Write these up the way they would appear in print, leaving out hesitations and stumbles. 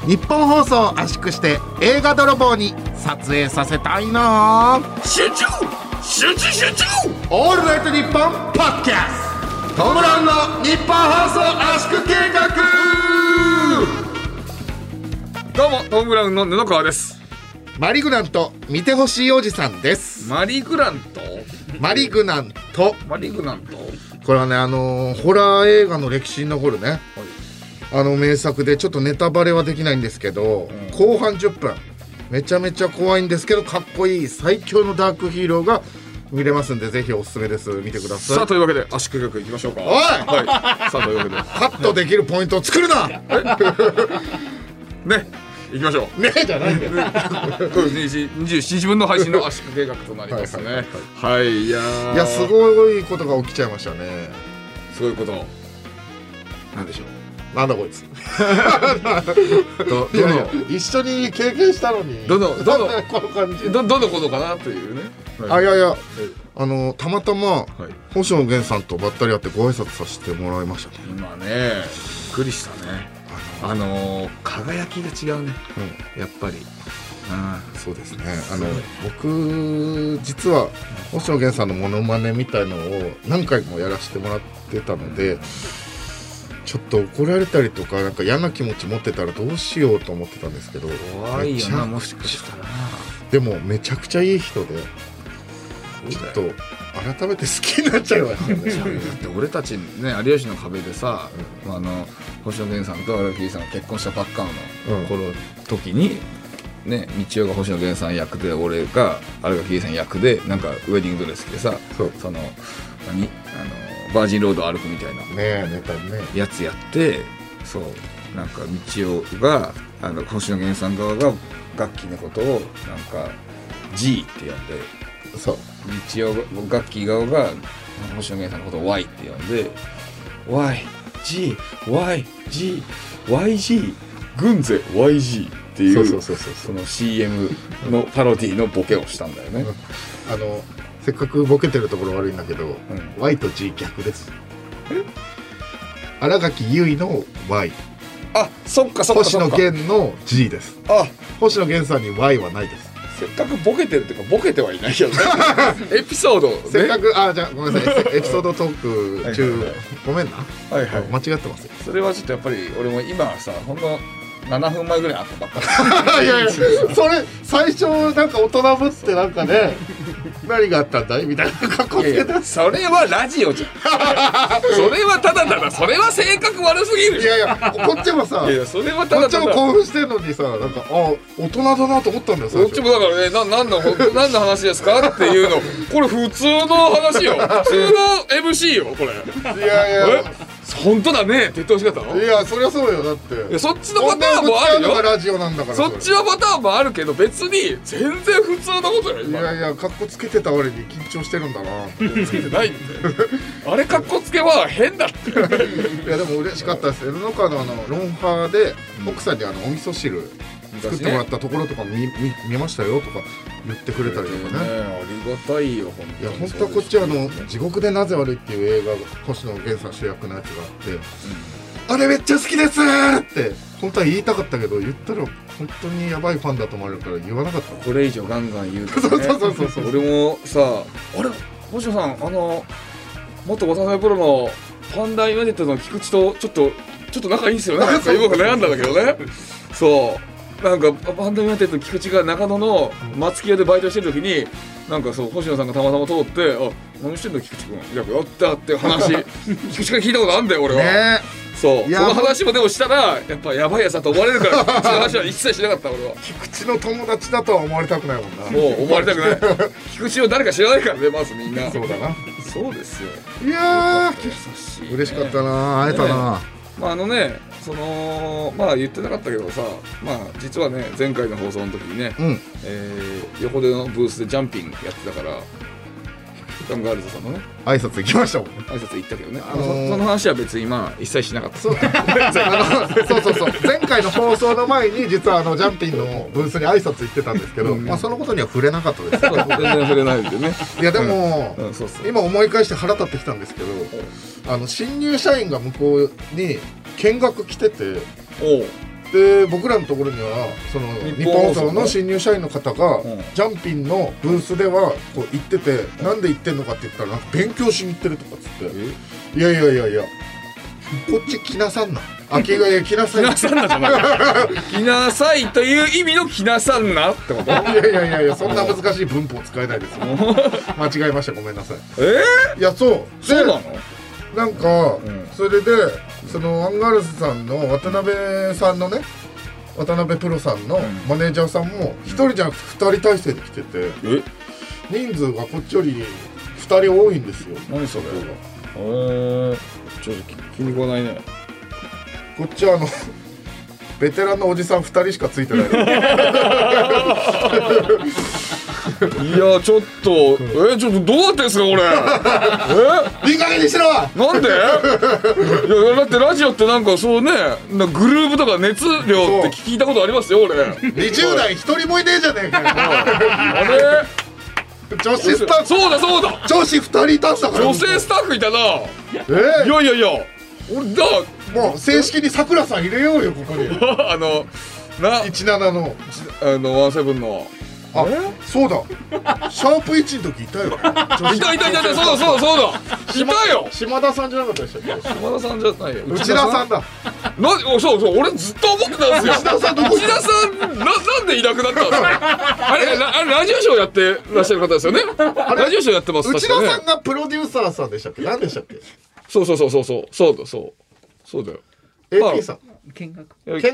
日本放送を圧縮して映画泥棒に撮影させたいな。 集中集中集中。 オールナイトニッポンポッドキャストトム・ブラウンの日本放送圧縮計画。 どうもトム・ブラウンの布川です。 マリグナント見てほしいおじさんです。 マリグラントマリグナントこれはねホラー映画の歴史に残るね、名作でちょっとネタバレはできないんですけど、後半10分めちゃめちゃ怖いんですけどかっこいい最強のダークヒーローが見れますんでぜひおすすめです。見てください。 さあというわけで圧縮計画いきましょうか。 おい、 はい、さあというわけでカットできるポイントを作るなね行きましょう。 ねえじゃないんだよ 27日分の配信の圧縮計画となりますね。はい、いやすごいことが起きちゃいましたね。 すごいことなんでしょう。 なんだこいついや一緒に経験したのにどのこの感じどのことかなというね、 はい、いやたまたま、星野源さんとばったり会ってご挨拶させてもらいましたね。 今ねびっくりしたね。輝きが違うね、やっぱり。 そうですね。僕実は星野源さんのモノマネみたいのを何回もやらせてもらってたので、ちょっと怒られたりとかなんか嫌な気持ち持ってたらどうしようと思ってたんですけど、 怖いよな、もしかしたらな。 でもめちゃくちゃいい人でちょっと改めて好きになっちゃいましたね。 だって俺たちね有吉の壁でさ、星野源さんと荒木さんが結婚したばっかの時にね、道夫が星野源さん役で俺が荒木さん役でなんかウェディングドレス着てさ、そのバージンロード歩くみたいなネタねやつやって、そうなんか道夫が星野源さん側がガッキーのことをなんか G って呼んで、そう道夫ガッキー側が星野源さんのことを Y って呼んで YGYGYG 軍勢 YG っていうその CM のパロディのボケをしたんだよね。 せっかくボケてるところ悪いんだけど、Y と G 逆です。新垣結衣の Y、 そっか星野源の G です。星野源さんに Y はないです。 せっかくボケてるっていうかボケてはいないよねエピソード、ね、 せっかくじゃあごめんなさいエピソードトーク中ごめんな、間違ってますよ。 それはちょっとやっぱり俺も今さほんの7分前ぐらいあったばっかりいやそれ最初なんか大人ぶってなんかね何があったんだいみたいな格好つけて。 それはラジオじゃんそれはただそれは性格悪すぎる。 いやこっちもさそれはただこっちも興奮してるのにさなんか大人だなと思ったんだよ。 こっちもだからね何の話ですかっていうのこれ普通の話よ普通の MC よこれ。いや本当だねって言ってほしかったの。 いやそりゃそうよ。だってそっちのパターンもあるよ。 ラジオなんだからそっちのパターンもあるけど別に全然普通のことよ今。 いやカッコつけてた割に緊張してるんだな。 つけてないってあれカッコつけは変だっていやでも嬉しかったです。布川のロンハーで奥さんにお味噌汁作ってもらったところとか見ましたよとか言ってくれたりとかね。 ありがたいよ本当に。 いや本当はこっちは地獄でなぜ悪いっていう映画星野源さん主役のやつがあって、あれめっちゃ好きですって本当は言いたかったけど言ったら本当にヤバいファンだと思われるから言わなかった。 これ以上ガンガン言うとねそう俺もさあれ星野さん元渡辺プロのパンダユナイテッドの菊池とちょっと仲いいんですよねなんか今悩んだんだけどねそうなんかパンダユナイテッドの菊池が中野の松木屋でバイトしてる時になんかそう星野さんがたまたま通って何してんの菊池君やったって話菊池から聞いたことあるんだよ俺はね。そうこの話もでもしたらやっぱやばいやつだと思われるから菊池の話は一切しなかった俺は。 菊池の友達だとは思われたくないもんな。 そう思われたくない菊池を誰か知らないからねまずみんな。 そうだな。 そうですよ。 いや優しい、ね、 嬉しかったな会えたな。 言ってなかったけどさ実はね前回の放送の時にね、横でのブースでジャンピングやってたからガンガールズさんのね挨拶行きましたもんね。 挨拶行ったけどね、その話は別に一切しなかった。 そう前回の放送の前に実はジャンピンのブースに挨拶行ってたんですけど、そのことには触れなかったです。 全然触れないでね。 いやでも、今思い返して腹立ってきたんですけど新入社員が向こうに見学来ててで僕らのところにはその日本放送の新入社員の方が、ジャンピンのブースではこう行ってて、なんで行ってんのかって言ったらなんか勉強しに行ってるとかっつって、いやこっち来なさんな、来なさい、来なさんなじゃない来なさいという意味の来なさんなってこと？いやそんな難しい文法使えないですよ間違えました、ごめんなさい。いやそうなの？ なんか、それでそのアンガールズさんの渡辺さんのね、渡辺プロさんのマネージャーさんも1人じゃなくて2人体制で来てて、人数がこっちより2人多いんですよ。 何それ？ちょっと気に食わないね。 こっちはベテランのおじさん2人しかついてないいやちょっとちょっとどうなってんすかこれいい加減にしろ。 なんで？いやだってラジオってなんかそうね、グルーブとか熱量って聞いたことありますよ俺。 20代1人もいねえじゃねえかよあれ女子スタッフ、 そうだ女子2人いたんだから。 女性スタッフいたな。いや俺だ、 もう正式にさくらさん入れようよここに17のワンセブンの。 あ、そうだ、シャープ1の時いたよ。いた、 そうだいたよ。 島田さんじゃなかったでしたっけ？ 島田さんじゃないよ、 内田さんだ。 そう俺ずっと思ってたんですよ。内田さんなんでいなくなったんですか？あれラジオショーやってらっしゃる方ですよね。ラジオショーやってます。 内田さんがプロデューサーさんでしたっけ？何でしたっけ？ そうだよ。 AK さん見学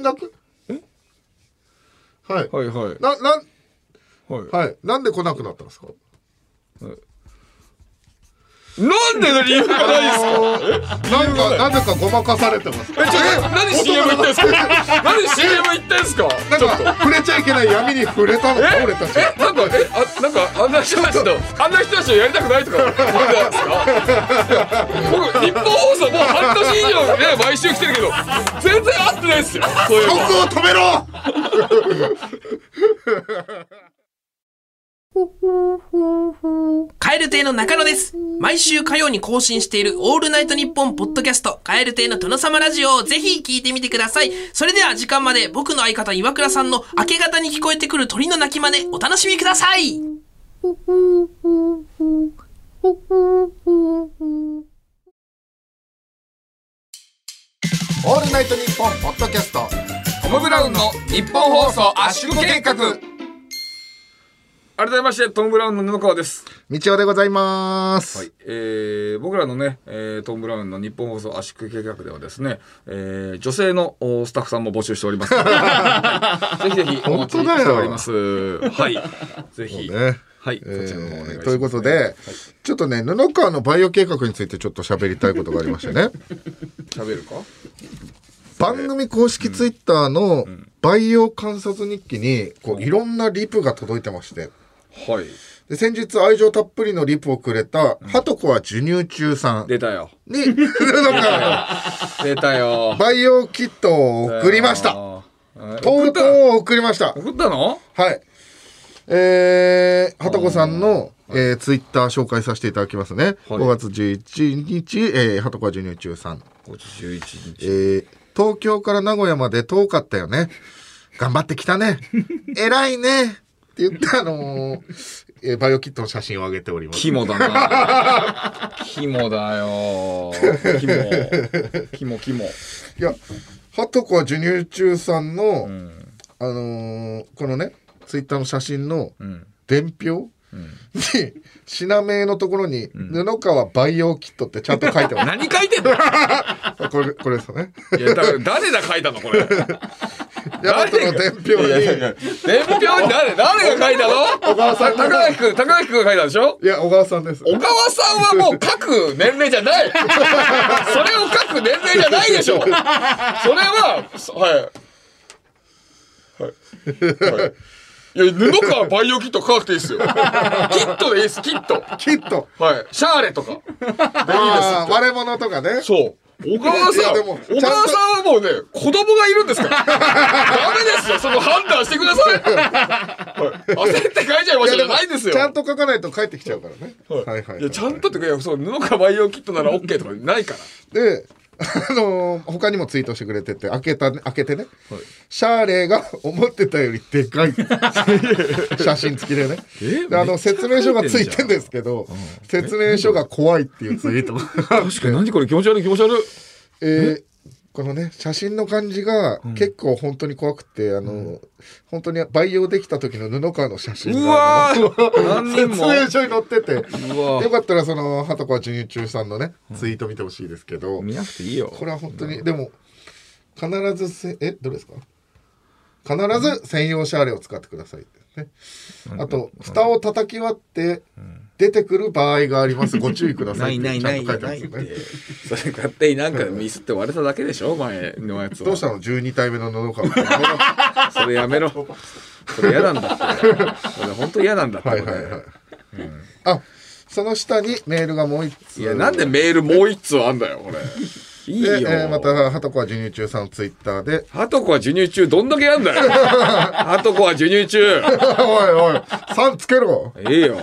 はいなんで来なくなったんですか？ なんでの理由がないですか？ なぜかごまかされてます。 何 CM 言ってんすか？何 CM 言ってんすか？ なんか触れちゃいけない闇に触れたのか俺たち。 なんかあんな人たちとやりたくないとか思ってたんですか？僕日本放送もう半年以上ね毎週来てるけど全然合ってないですよ。そういうの。 僕を止めろ。 蛙亭の中野です。毎週火曜に更新しているオールナイトニッポンポッドキャスト蛙亭の殿様ラジオをぜひ聞いてみてください。それでは時間まで僕の相方岩倉さんの明け方に聞こえてくる鳥の鳴き真似お楽しみください。 オールナイトニッポンポッドキャストトム・ブラウンの日本放送圧縮計画。改めましてトム・ブラウンの布川です。 道夫でございます。 はい、僕らのね、トム・ブラウンの日本放送圧縮計画ではですね、女性のスタッフさんも募集しておりますのでぜひお待ちしております。はいぜひ、ね、はい、こちらの方お願いします、ね、 ということで、はい、ちょっとね布川のバイオ計画についてちょっと喋りたいことがありましてね喋るか。 番組公式ツイッターの培養観察日記にこういろんなリプが届いてまして、 はい、 で先日愛情たっぷりのリプをくれたはとこは授乳中さん出たよに出たよ培養キットを送りました。とうとう送りました。 送ったの？ はい。はとこさんのツイッター紹介させていただきますね。はい、5月11日、はとこは授乳中さん。 5月11日。 東京から名古屋まで遠かったよね。頑張ってきたね。偉いね。って言ってバイオキットの写真を上げております。 肝だな。肝だよ。肝。いや、はとこは授乳中さんの、このね、ツイッターの写真の伝票、に品名のところに布川培養キットってちゃんと書いてます。 何書いてんの？ これですよね。 いや誰が書いたのこれ。 ヤマトの伝票に。 伝票に誰が書いたの？ 小川さん。 高垣君が書いたんでしょ？ いや小川さんです。 小川さんはもう書く年齢じゃない。それを書く年齢じゃないでしょ。それははい。いや布川培養キット書かなくていいですよ。キットでいいです。キット。はい。シャーレとかでいいです。 割れ物とかね。 そう。小川さんはもうね子供がいるんですから。ダメですよ。その判断してください。焦って書いちゃいましたじゃないですよ。 ちゃんと書かないと帰ってきちゃうからね。 はい。いやちゃんとってかそう布川培養キットなら OK とかないから。 で他にもツイートしてくれてて、開けてね、シャーレーが思ってたよりでかい写真付きでね。で説明書がついてんですけど、説明書が怖いっていうツイートが確かに何これ気持ち悪い気持ち悪い。 このね写真の感じが結構本当に怖くて、本当に培養できた時の布川の写真が説明書に載ってて、よかったらそのはとこは授乳中さんのねツイート見てほしいですけど、 見なくていいよ。 これは本当に、でも必ずどれですか、必ず専用シャーレを使ってくださいってね。あと蓋を叩き割って出てくる場合があります、ご注意くださいってちゃんと書いてますよね。 それ勝手になんかミスって割れただけでしょ、前のやつは。 どうしたの12体目の布川それやめろ。それ嫌なんだって。それ本当嫌なんだって。 あ、その下にメールがもう一通。 いや、なんでメールもう一通あんだよこれ。いいよ。 またはとこは授乳中さんのツイッターで、 はとこは授乳中どんだけやんだよ。はとこは授乳中。 おいおい3つけろ。 いいよ。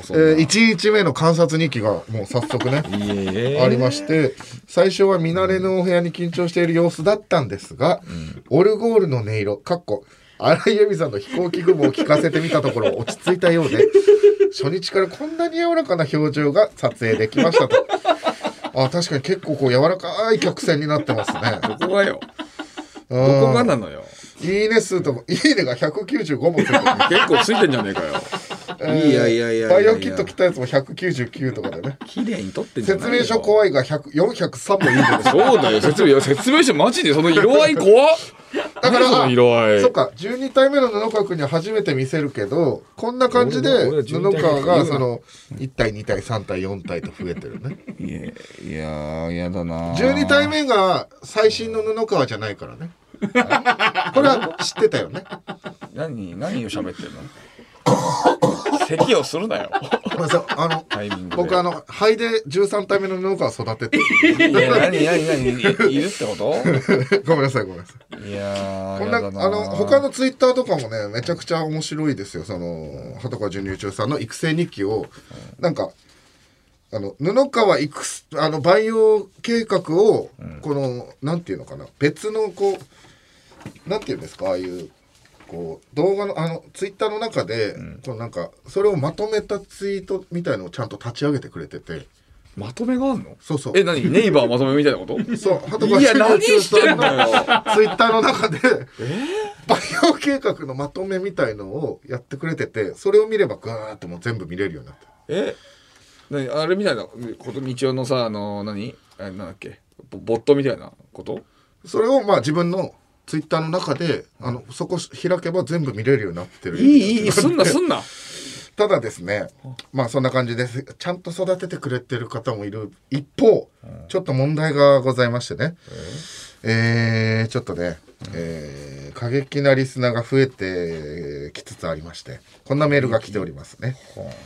1日目の観察日記がもう早速ねありまして、最初は見慣れのお部屋に緊張している様子だったんですが、オルゴールの音色荒井由実さんの飛行機雲を聞かせてみたところ落ち着いたようで、初日からこんなに柔らかな表情が撮影できましたと。確かに結構こう柔らかい客船になってますね。 どこがよ。どこがなのよ。 いいね数といいねが195もついてる。 結構ついてんじゃねえかよ。いやバイオキット来たやつも199とかでね。 綺麗に撮ってんじゃないよ。 説明書怖いが403もいいんです。 そうだよ。説明書マジでその色合い怖っ。 だからその色合い。 そっか、12体目の布川くんには初めて見せるけど、こんな感じで布川がその1体2体3体4体と増えてるね。 いややだな。 12体目が最新の布川じゃないからね。これは知ってたよね。 何を喋ってるの。咳をするなよ。 僕肺で13体目の布川育てていや何いるってこと。 ごめんなさい。 いやこんな他のツイッターとかもねめちゃくちゃ面白いですよ。そのはとか授乳中さんの育成日記をなんか布川培養計画をこのなんていうのかな、別のこうなんていうんですか、ああいうこう動画のツイッターの中で、こうなんかそれをまとめたツイートみたいのをちゃんと立ち上げてくれてて。 まとめがあんの？ そう。 何ネイバーまとめみたいなこと？ そう。はとか授乳中さんのツイッターの中で培養計画のまとめみたいのをやってくれてて、それを見ればガーッともう全部見れるようになって。 あれみたいなこと日曜のさなんだっけボットみたいなこと？それを自分のツイッターの中でそこ開けば全部見れるようになってる。 いいすんな。 ただですね、そんな感じです。ちゃんと育ててくれてる方もいる一方、ちょっと問題がございましてね、ちょっとね、過激なリスナーが増えてきつつありまして、こんなメールが来ておりますね。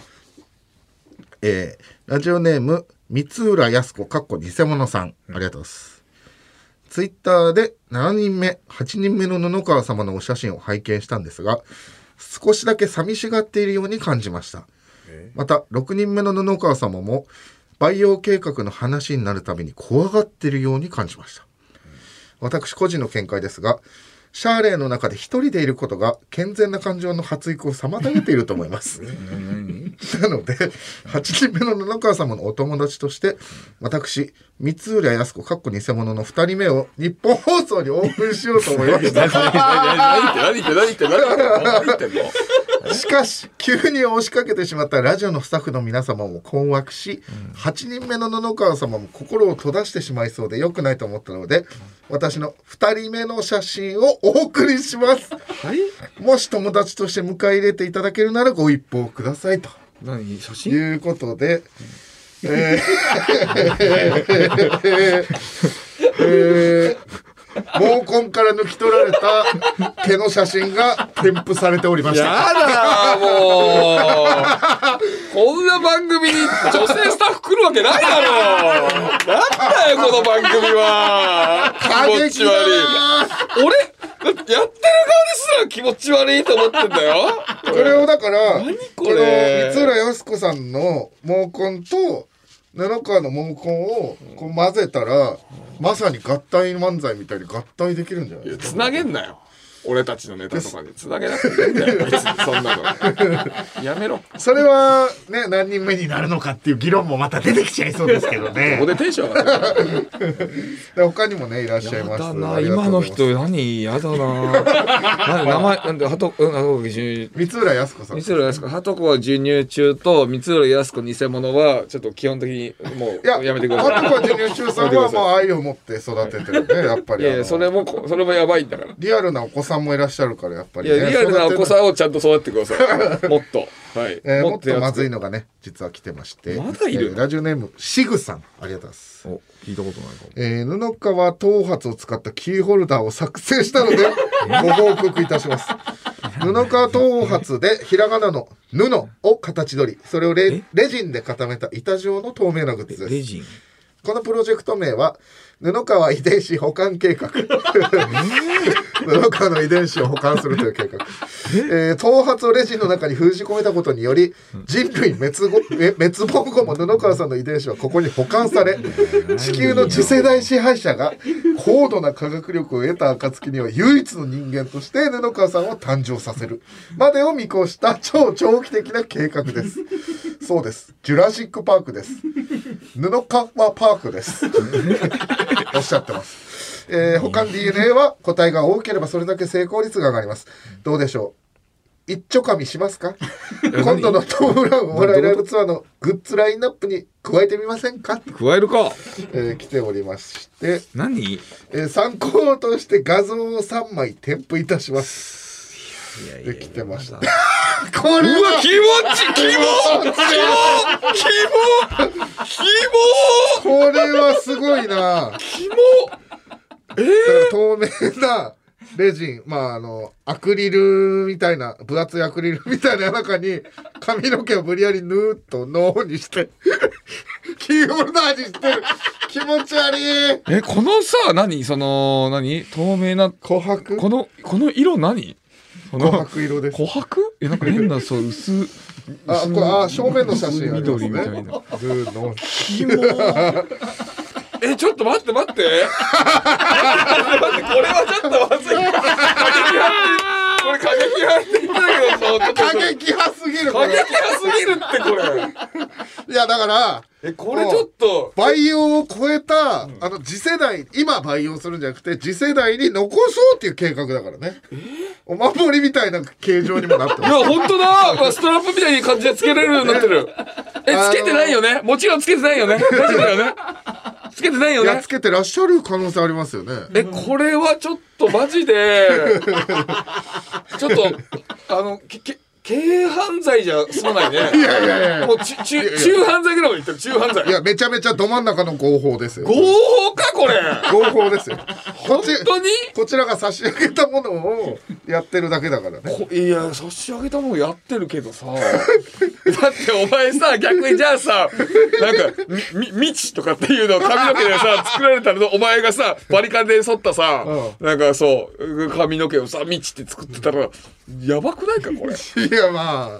ラジオネーム三浦靖子偽物さん、ありがとうございます。ツイッターで7人目8人目の布川様のお写真を拝見したんですが、少しだけ寂しがっているように感じました。また6人目の布川様も培養計画の話になるたびに怖がっているように感じました。私個人の見解ですが、シャーレーの中で一人でいることが健全な感情の発育を妨げていると思います。なので8人目の布川様のお友達として私三浦靖子偽物の2人目を日本放送にオープンしようと思いました。 何言ってんの。 しかし急に押しかけてしまったラジオのスタッフの皆様も困惑し、8人目の布川様も心を閉ざしてしまいそうで良くないと思ったので、私の2人目の写真をお送りします。もし友達として迎え入れていただけるならご一報くださいと。 何写真？ いうことで、毛根から抜き取られた毛の写真が添付されておりました。 やだもうこんな番組に女性スタッフ来るわけないだろう。なんだよこの番組は。気持ち悪い。俺やってる側ですら気持ち悪いと思ってんだよ。 これをだから何これ三浦靖子さんの毛根と布川の毛根をこう混ぜたら、まさに合体漫才みたいに合体できるんじゃないですか。 つなげんなよ俺たちのネタとかでつなげなくていいんだよ別にそんなのやめろ。 それはね、何人目になるのかっていう議論もまた出てきちゃいそうですけどね。 ここでテンション上がってるで他にもねいらっしゃいます。 やだな今の人何やだな名前なんで三浦靖子さん。 三浦靖子鳩子は授乳中と三浦靖子偽物はちょっと基本的にもうやめてください。 鳩子は授乳中さんはもう愛を持って育ててるねやっぱり。 いやそれもやばいんだから。 リアルなお子さんもいらっしゃるからやっぱりね。 いやリアルなお子さんをちゃんと育ってくださいもっとはい、 もっとまずいのがね実は来てまして、 まだいる、 ラジオネームシグさん、ありがとうございます。 お聞いたことないかも。 布川頭髪を使ったキーホルダーを作成したのでご報告いたします。布川頭髪でひらがなの布を形取り、それをレジンで固めた板状の透明なグッズです。 レジン。 このプロジェクト名は布川遺伝子保管計画布川の遺伝子を保管するという計画、頭髪をレジンの中に封じ込めたことにより人類滅亡後も布川さんの遺伝子はここに保管され、地球の次世代支配者が高度な科学力を得た暁には唯一の人間として布川さんを誕生させるまでを見越した超長期的な計画です。そうです、ジュラシックパークです。布川パークですおっしゃってます。保管 DNA は個体が多ければそれだけ成功率が上がります。どうでしょう、一丁紙しますか今度のトム・ブラウンお笑いライブツアーのグッズラインナップに加えてみませんか。 加えるか、 来ておりまして、 何、 参考として画像を3枚添付いたします。で来てましたこれはうわ気持ちこれはすごいな。 キモ透明なレジン、アクリルみたいな分厚いアクリルみたいな中に髪の毛を無理やりヌーッと脳にしてキーホルダーにしてる。気持ち悪い。 このさ何透明な琥珀、 この色何、 琥珀色です。 琥珀？なんか変なそう薄正面の写真ありますね。 緑みたいな。 キモちょっと待ってこれはちょっとまずい。これ過激派って言ったけど過激派すぎる。 過激派すぎるってこれ。 いやだからこれちょっと培養を超えた、次世代、今培養するんじゃなくて次世代に残そうっていう計画だからね。お守りみたいな形状にもなってます。 いや本当だ、ストラップみたいな感じでつけられるようになってる。つけてないよね、もちろんつけてないよね、大丈夫だよね、つけてないよね。 つけてらっしゃる可能性ありますよね。 これはちょっとマジでちょっと軽犯罪じゃ済まないね。 いやもう中犯罪ぐらいまで言ってる。中犯罪。 いやめちゃめちゃど真ん中の合法ですよ。 合法かこれ。 合法ですよ。 本当にこちらが差し上げたものをやってるだけだからね。 いや差し上げたものやってるけどさだってお前さ逆にじゃあさなんかみちとかっていうのを髪の毛でさ作られたのお前がさバリカンで剃ったさ、なんかそう髪の毛をさみちって作ってたらやばくないかこれ。 いや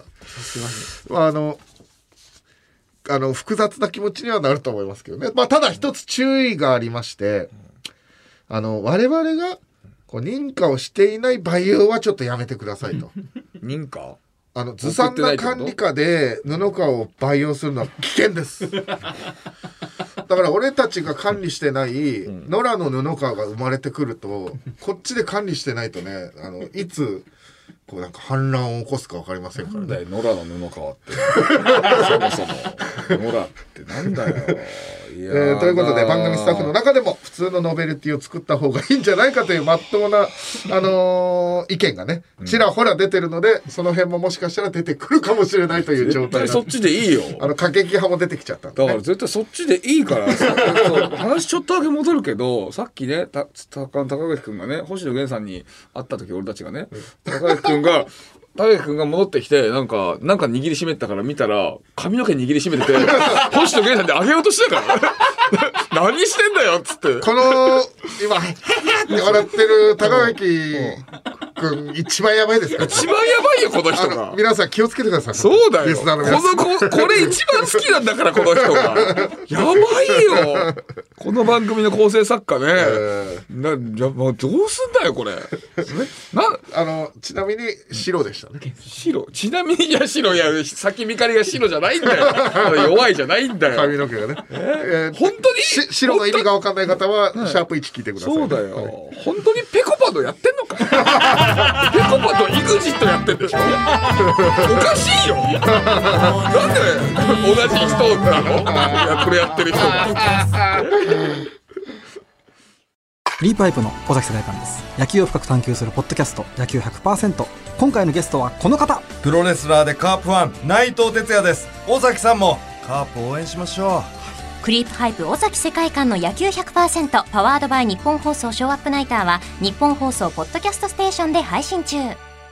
複雑な気持ちにはなると思いますけどね。ただ一つ注意がありまして、我々が認可をしていない培養はちょっとやめてくださいと。 認可？ ずさんな管理下で布川を培養するのは危険です。だから俺たちが管理してない野良の布川が生まれてくるとこっちで管理してないとね、いつなんか反乱を起こすか分かりませんからね。 なんだよ野良の布川ってそもそも野良ってなんだよ。ということで番組スタッフの中でも普通のノベルティを作った方がいいんじゃないかという真っ当な、意見がねちらほら出てるので、その辺ももしかしたら出てくるかもしれないという状態。 絶対そっちでいいよ。 過激派も出てきちゃったんで、 だから絶対そっちでいいからさ話ちょっとだけ戻るけど、さっきね高垣君がね星野源さんに会った時俺たちがね、高垣君が戻ってきてなんか握りしめたから見たら髪の毛握りしめてて星野源さんであげようとしてたから何してんだよっつって、 この今って笑ってる高垣君一番やばいですから、 一番やばいいよこの人が。 皆さん気をつけてください。 そうだよ。 リスナーの皆さんこれ一番好きなんだからこの人が。やばいよ。この番組の構成作家ね。じゃもうどうすんだよこれ。 ちなみに白でしたね。 白。ちなみにいや白先見かりが白じゃないんだよ。弱いじゃないんだよ。 髪の毛がね。 本当に白の意味が分かんない方はシャープ1聞いてください。 そうだよ。本当にペコパドやってんのか。ペコパドEXITやってんでしょ。おかしいよ。なんで同じ人なの？これやってる人が。 フリーパイプの尾崎世代館です。野球を深く探求するポッドキャスト野球 100%。 今回のゲストはこの方。 プロレスラーでカープファン内藤哲也です。尾崎さんもカープ応援しましょう。 クリープハイプ尾崎世界観の野球 100% パワードバイ日本放送ショーアップナイターは日本放送ポッドキャストステーションで配信中。 オ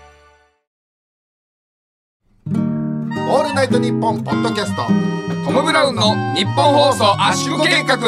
ールナイトニッポンポッドキャストトム・ブラウンの日本放送圧縮計画。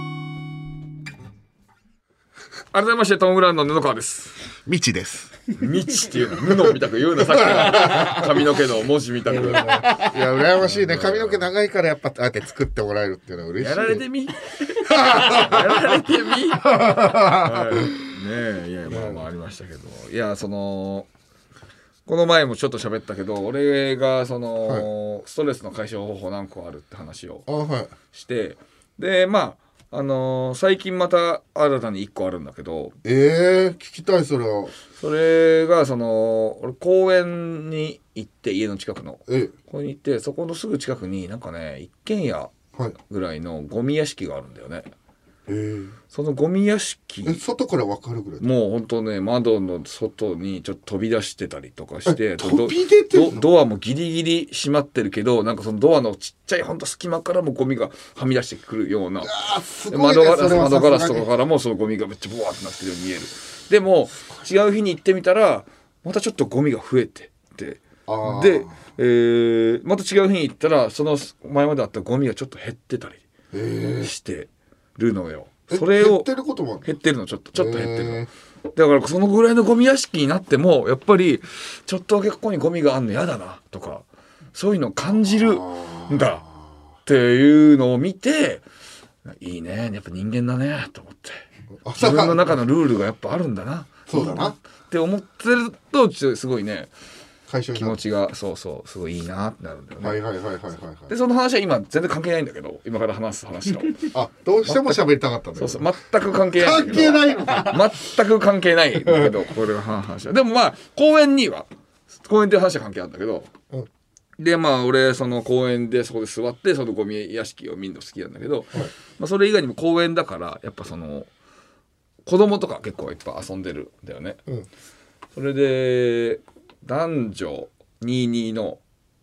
改めましてトム・ブラウンの布川です。 みちです。 みちっていうの布みたく言うなさっきから髪の毛の文字みたく。いや羨ましいね。髪の毛長いからやっぱあえて作ってもらえるっていうのは嬉しい。 やられてみやられてみ、はい、ねえいやまあありましたけど、いやこの前もちょっと喋ったけど俺がストレスの解消方法何個あるって話をして、でまあ最近また新たに1個あるんだけど、 聞きたい。それはそれが俺公園に行って家の近くのここに行って、そこのすぐ近くになんかね一軒家ぐらいのゴミ屋敷があるんだよね。そのゴミ屋敷外から分かるぐらい、 もうほんとね窓の外にちょっと飛び出してたりとかして、 飛び出てるの？ ドアもギリギリ閉まってるけど、なんかそのドアのちっちゃいほんと隙間からもゴミがはみ出してくるような、窓ガラスとかからもそのゴミがめっちゃブワーってなってるように見える。でも違う日に行ってみたらまたちょっとゴミが増えてて、で、また違う日に行ったらその前まであったゴミがちょっと減ってたりしてるのよ。それを減ってることもある？ 減ってるの、ちょっと減ってるの。だからそのぐらいのゴミ屋敷になってもやっぱりちょっとだけここにゴミがあんの嫌だなとか、そういうのを感じるんだっていうのを見て、いいねやっぱ人間だねと思って、自分の中のルールがやっぱあるんだな、 そうだなって思ってるとすごいね気持ちがすごいいいなってなるんだよね。 はい。 でその話は今全然関係ないんだけど、今から話す話のどうしても喋りたかったんだよ。 そう全く関係ないんだけど。 関係ないのか。 全く関係ないんだけどこれの話はでもまあ公園っていう話は関係あるんだけど、でまあ俺その公園でそこで座ってそのゴミ屋敷を見るの好きなんだけど、まあ、それ以外にも公園だからやっぱ子供とか結構いっぱい遊んでるんだよね。それで男女22の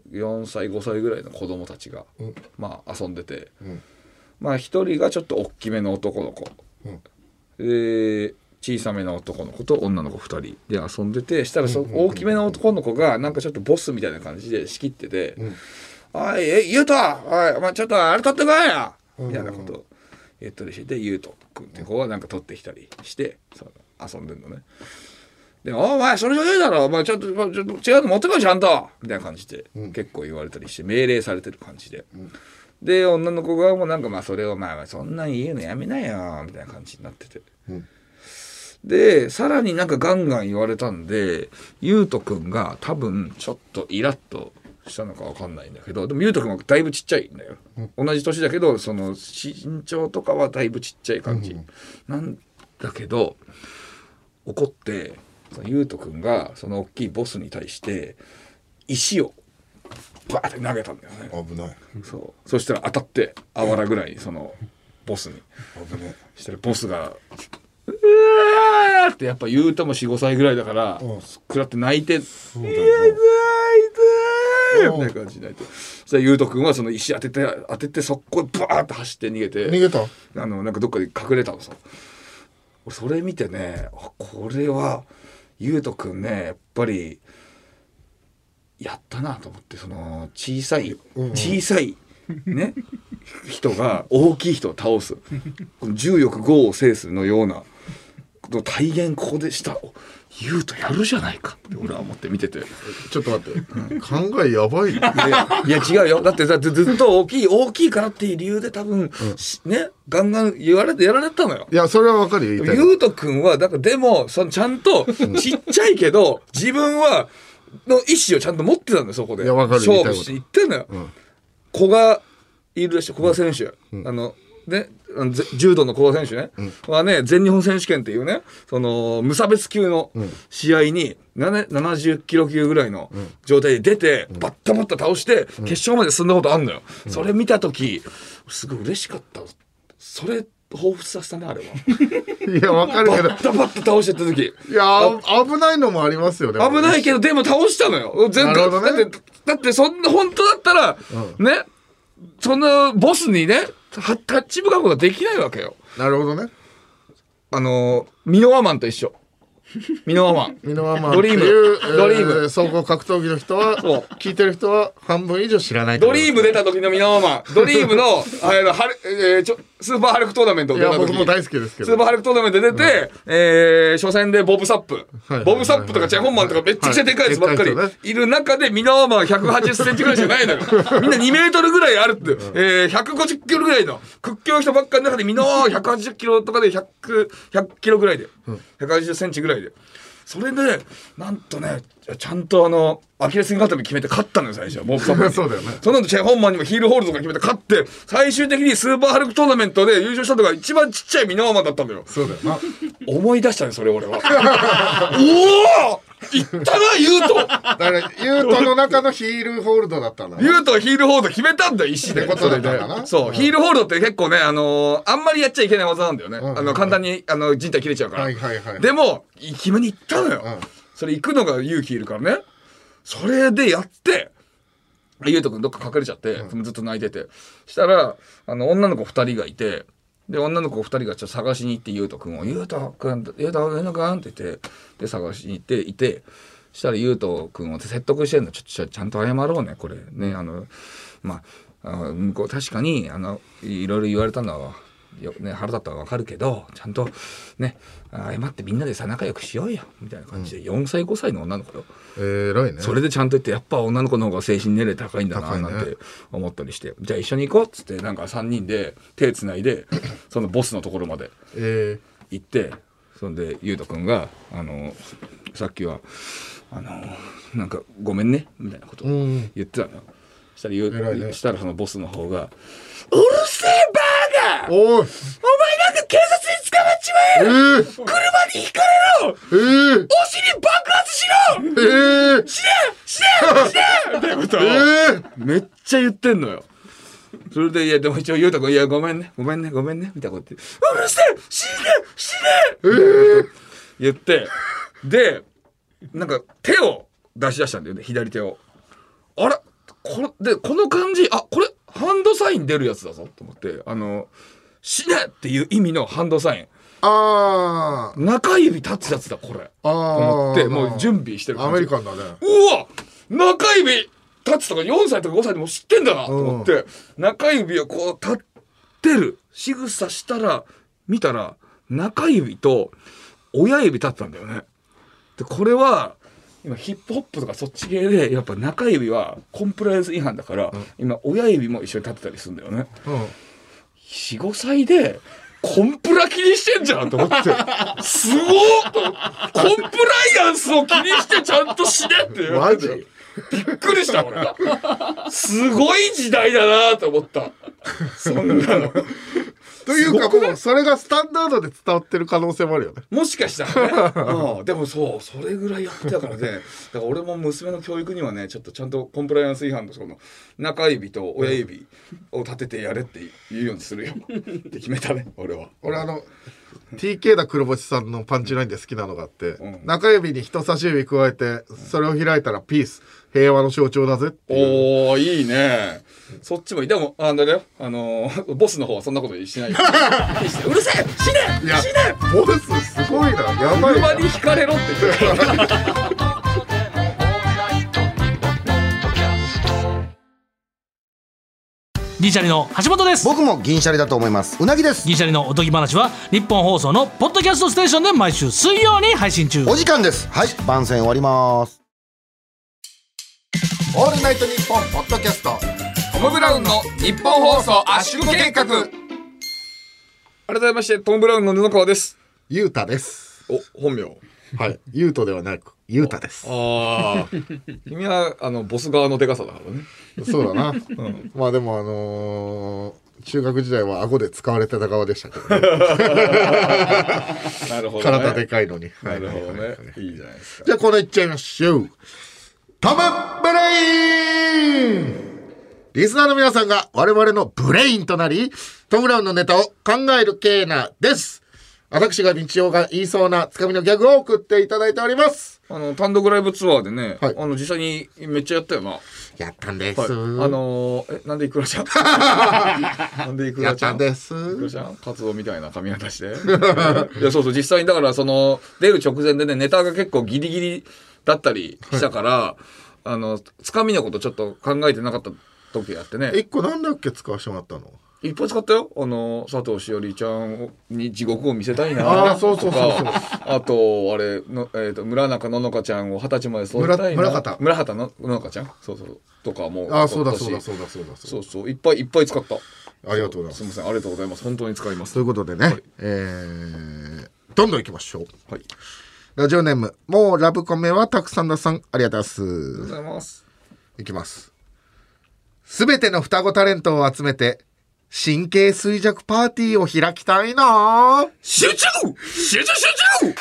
4歳5歳ぐらいの子供たちが、まあ遊んでて、まあ一人がちょっと大きめの男の子、で小さめの男の子と女の子2人で遊んでて、したらその大きめの男の子がなんかちょっとボスみたいな感じで仕切ってて「おいゆうと、おいお前ちょっとあれ取ってこいよ」みたいなことを言ったりして、ゆうとくんって子はなんか取ってきたりして遊んでんのね。でお前それじゃねえだろ、お前ちょっと違うの持ってこいちゃんとみたいな感じで、結構言われたりして命令されてる感じで、で女の子がもうなんかまあそれをまあそんなに言うのやめなよみたいな感じになってて、でさらになんかガンガン言われたんで、ゆうとくんが多分ちょっとイラッとしたのか分かんないんだけど、でもゆうとくんはだいぶちっちゃいんだよ、同じ年だけどその身長とかはだいぶちっちゃい感じなんだけど、怒ってゆうとくんがその大きいボスに対して石をバーって投げたんだよね。 危ない。 そしたら当たってあわらぐらいそのボスに。 危ない。 したらボスがうわーってやっぱ言うとも 4,5 歳ぐらいだから食らって泣いて「痛い痛い」みたいな感じで泣いて、そしたらゆうとくんはその石当ててそこへバーって走って逃げた。なんかどっかで隠れたのさ。俺それ見てね、これはゆうとくんねやっぱりやったなと思って、その小さいね人が大きい人を倒すこの重力5を制すのようなの体現ここでした言うとやるじゃないかって俺は思って見てて、 ちょっと待って、考えやばい。いや違うよ、だってずっと大きいからっていう理由で多分、ねガンガンやられたのよ。 いやそれはわかるよ。 ゆうとくんはだからでもちゃんとちっちゃいけど自分はの意思をちゃんと持ってたんだよ、そこで勝負していってんのよ。古賀いるでしょ、古賀選手、ね、柔道の古賀選手ね、はね全日本選手権っていうねその無差別級の試合に70キロ級ぐらいの状態で出て、バッタバッタ倒して決勝まで進んだことあんのよ。それ見た時すごい嬉しかった。それ彷彿させたねあれは。 いやわかるけどバッタバッタ倒してた時、 いや危ないのもありますよね。 危ないけどでも倒したのよ全部、ね、だってそんな本当だったら、ねそんなボスにねタッチ向かうことはできないわけよ。 なるほどね。 ミノワマンと一緒。ミノワマンドリーム総合格闘技の人は聞いてる人は半分以上知らない。 ドリーム出た時のミノワマン、ドリームのスーパーハルクトーナメント出た時、 僕も大好きですけどスーパーハルクトーナメント出て、初戦でボブサップとかチェ・ホンマンとかめっちゃくちゃでかいやつばっかりいる中でミノワマンは180センチぐらいしかないのよ。みんな2メートルぐらいあるって、150キロぐらいの屈強な人ばっかりの中でミノワマンは180キロとかで100キロぐらいで180センチぐらいで、それでなんとねちゃんとアキレス腱固め決めて勝ったのよ最初。ボブサップそうだよね。 その後チェ・ホンマンにもヒールホールドとか決めて勝って、最終的にスーパーハルクトーナメントで優勝したのが一番ちっちゃいミノワマンだったんだよ。 そうだよな。 思い出したねそれ俺は。おおいったなユート。 だからユートの中のヒールホールドだったんだ。 ユートはヒールホールド決めたんだよ石で。 ってことだったな。 そう、ヒールホールドって結構ねあんまりやっちゃいけない技なんだよね。簡単に人体切れちゃうから。でも決めに行ったのよ。それ行くのが勇気いるからね。それでやってゆうとくんどっか隠れちゃって、ずっと泣いてて、したら女の子2人がいて、で女の子2人がちょっと探しに行ってゆうとくんを「ゆうとくん」って言ってで探しに行っていて、したらゆうとくんを説得してんの。ちゃんと謝ろうねこれね、向こう確かにいろいろ言われたのはね、腹立ったら分かるけどちゃんとね謝ってみんなでさ仲良くしようよみたいな感じで、4歳5歳の女の子よ。 偉いね。 それでちゃんと言って、やっぱ女の子の方が精神年齢高いんだななんて思ったりして、じゃあ一緒に行こうっつってなんか3人で手つないでそのボスのところまで行って、そんでゆうとくんがさっきはなんかごめんねみたいなことを言ってたのよ。したらそのボスの方が「うるせえバーガー、お前なんか警察に捕まっちまえ、車にひかれろ、お尻爆発しろ、死ねみたいなことをめっちゃ言ってんのよ。それでいやでも一応ゆうたくん「いやごめんねみたいなこと言って「うるせえ死ね言ってでなんか手を出し出したんだよね、左手を。あらこの感じ、これハンドサイン出るやつだぞと思って、死ねっていう意味のハンドサイン、中指立つやつだこれと思ってもう準備してる感じ。 アメリカンだね。 うわ中指立つとか4歳とか5歳でも知ってんだなと思って、中指をこう立ってる仕草したら見たら中指と親指立ってたんだよね。でこれは今ヒップホップとかそっち系でやっぱ中指はコンプライアンス違反だから、今親指も一緒に立ってたりするんだよね。4、5歳でコンプラ気にしてんじゃんと思ってすごっコンプライアンスを気にしてちゃんと死ねって言われてびっくりした俺。すごい時代だなと思った。そんなのというかもうそれがスタンダードで伝わってる可能性もあるよね。 もしかしたらね、でもそれぐらいやってたからね。だから俺も娘の教育にはねちゃんとコンプライアンス違反のその中指と親指を立ててやれって言うようにするよって決めたね俺は。 俺TK だ黒星さんのパンチラインで好きなのがあって、中指に人差し指加えてそれを開いたらピース平和の象徴だぜっていう。 おーいいね。そっちもいい。でもあれだよボスの方はそんなことしないよ。うるせえ死ね死ねボスすごいな、やばいな。 車にひかれろって言って銀シャリの橋本です。 僕も銀シャリだと思います。うなぎです。 銀シャリのおとぎ話は日本放送のポッドキャストステーションで毎週水曜に配信中。 お時間です。はい、番宣終わります。 オールナイトニッポンポッドキャスト、 トム・ブラウンの日本放送圧縮計画。改めましてトム・ブラウンの布川です。 ゆうたです。 お、本名。 はい、ゆうとではなくゆうたです。 ああ君はボス側のでかさだからね。 そうだな、うん、まあでも中学時代は顎で使われてた側でしたけどねなるほどね、 体でかいのに。 なるほどね、いいじゃないですか。 じゃあこれいっちゃいましょう。トム・ブレイン。リスナーの皆さんが我々のブレインとなり、トム・ブラウンのネタを考えるコーナーです。私が日曜が言いそうなつかみのギャグを送っていただいております。 単独ライブツアーでね、 はい、 実際にめっちゃやったよな。 やったんです、 はい、なんでいくらちゃんなんでいくらちゃんやったんです。 いくらちゃん活動みたいな髪型していや、そうそう、実際にだから出る直前でね、ネタが結構ギリギリだったりしたから、はい、つかみのことちょっと考えてなかった時があってね。 一個なんだっけ使わせてもらったの。 いっぱい使ったよ。佐藤しおりちゃんに地獄を見せたいな。 そうあとあれの、村中ののかちゃんを20歳まで育てたいな。村畑ののかちゃん、そうそうとかも。 そうだいっぱい使った。 ありがとうございます。 すみません、ありがとうございます。本当に使います。 ということでね、はい、どんどんいきましょう。 はい。 ラジオネームもうラブコメはたくさんださん、ありがとうございます。 いきます。すべての双子タレントを集めて神経衰弱パーティーを開きたいな。 集中これめ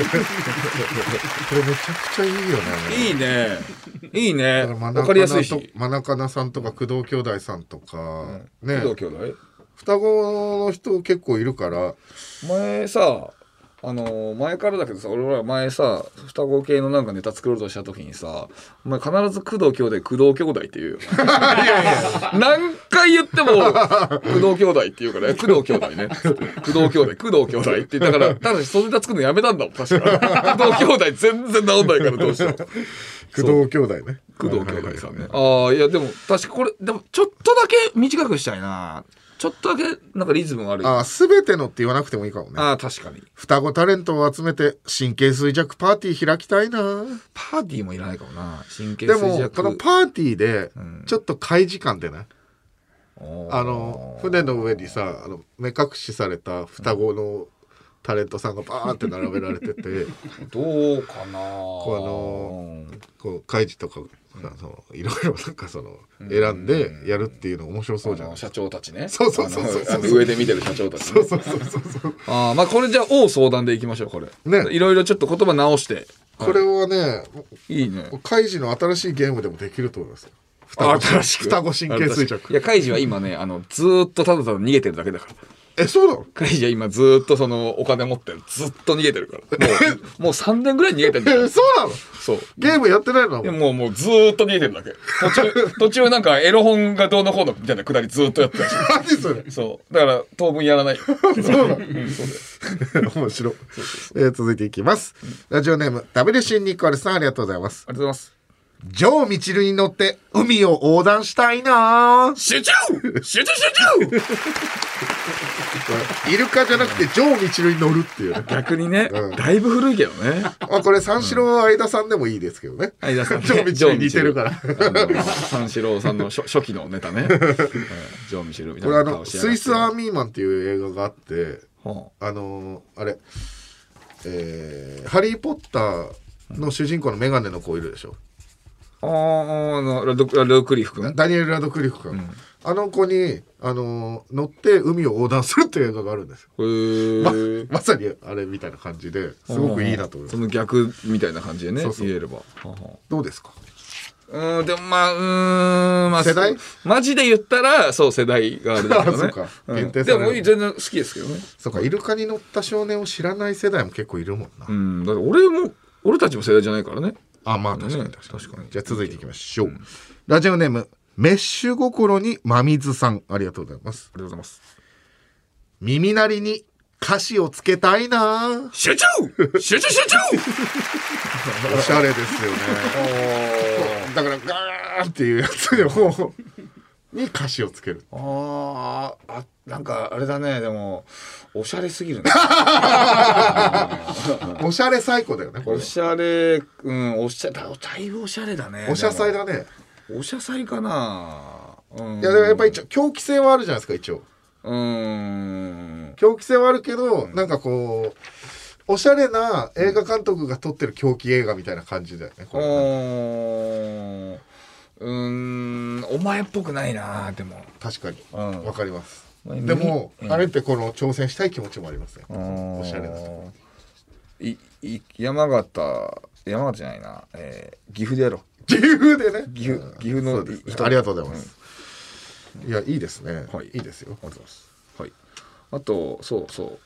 ちゃくちゃいいよね。いいねわかりやすいし、 マナカナさんとか工藤兄弟さんとか、ね、 工藤兄弟双子の人結構いるから。 前さ前からだけどさ、俺ら前さ双子系のなんかネタ作ろうとした時にさ、お前必ず工藤兄弟って言うよ何回言っても工藤兄弟って言うから、工藤兄弟ね工藤兄弟って言ったから、ただしそのネタ作るのやめたんだもん確か工藤兄弟全然治んないからどうしよう工藤兄弟ね、 工藤兄弟さんね。いやでも確かこれでもちょっとだけ短くしたいな。ちょっとだけなんかリズムが悪い。 全てのって言わなくてもいいかもね。 確かに。 双子タレントを集めて神経衰弱パーティー開きたいな。 パーティーもいらないかもな。神経衰弱。 でもこのパーティーでちょっと開示感でね、船の上にさ目隠しされた双子のタレントさんがバーンって並べられててどうかな。 こう開示とかいろいろなんか選んでやるっていうの面白そうじゃない。 社長たちね。 そう上で見てる社長たちね。まあこれじゃあ大相談でいきましょう。これね、いろいろちょっと言葉直して、 これはね、 いいね。 開示の新しいゲームでもできると思いますよ。双子神経衰弱。 いや、開示は今ねずーっとただただ逃げてるだけだから。 そうなの？ カイジは今ずーっとお金持ってる、ずっと逃げてるからもう3年ぐらい逃げてるんだよ。 そうなの？ そう、 ゲームやってないの？ もうずーっと逃げてるだけ。途中なんかエロ本がどうのこうのみたいなくだりずーっとやってるし。 何それ？ そうだから当分やらない。 そうなの？面白い。続いていきます。ラジオネーム WC ニコルさん、ありがとうございます。 ありがとうございます。 上みちるに乗って海を横断したいな。 集中イルカじゃなくて上みちるに乗るっていうね。 逆にね、だいぶ古いけどね。 これ三四郎相田さんでもいいですけどね。 相田さん上みちるに似てるから三四郎さんの初期のネタね。上みちるみたいな。 これスイスアーミーマンっていう映画があって、あれハリーポッターの主人公のメガネの子いるでしょ。 ラドクリフ君、 ダニエル・ラドクリフ君、あの子に乗って海を横断するっていう映画があるんですよ。まさにあれみたいな感じですごくいいなと思います。 その逆みたいな感じでね、言えれば。 どうですか？ でもまあ世代マジで言ったらそう世代があるんだけどね。 限定される。 でも全然好きですけどね。 そうか、イルカに乗った少年を知らない世代も結構いるもんな。 だって俺たちも世代じゃないからね。 まあ確かに。じゃあ続いていきましょう。ラジオネームメッシュ心に真水さん、ありがとうございます。 ありがとうございます。 耳鳴りに歌詞をつけたいな。 集中おしゃれですよね。だからガーンっていうやつでもに歌詞をつける。 なんかあれだね、でもおしゃれすぎるね。 おしゃれ最高だよね。 おしゃれ、だいぶおしゃれだね。 おしゃさいだね。 おしゃさいかな。 いやでもやっぱり狂気性はあるじゃないですか一応。狂気性はあるけど、なんかこうおしゃれな映画監督が撮ってる狂気映画みたいな感じだよね。これお前っぽくないな。でも確かにわかります。でもあれってこの挑戦したい気持ちもありますね。おしゃれなと山形じゃないな、岐阜でやろう。 岐阜でね。 岐阜の人ありがとうございます。いやいいですね。いいですよ。 ありがとうございます。はい。あとそう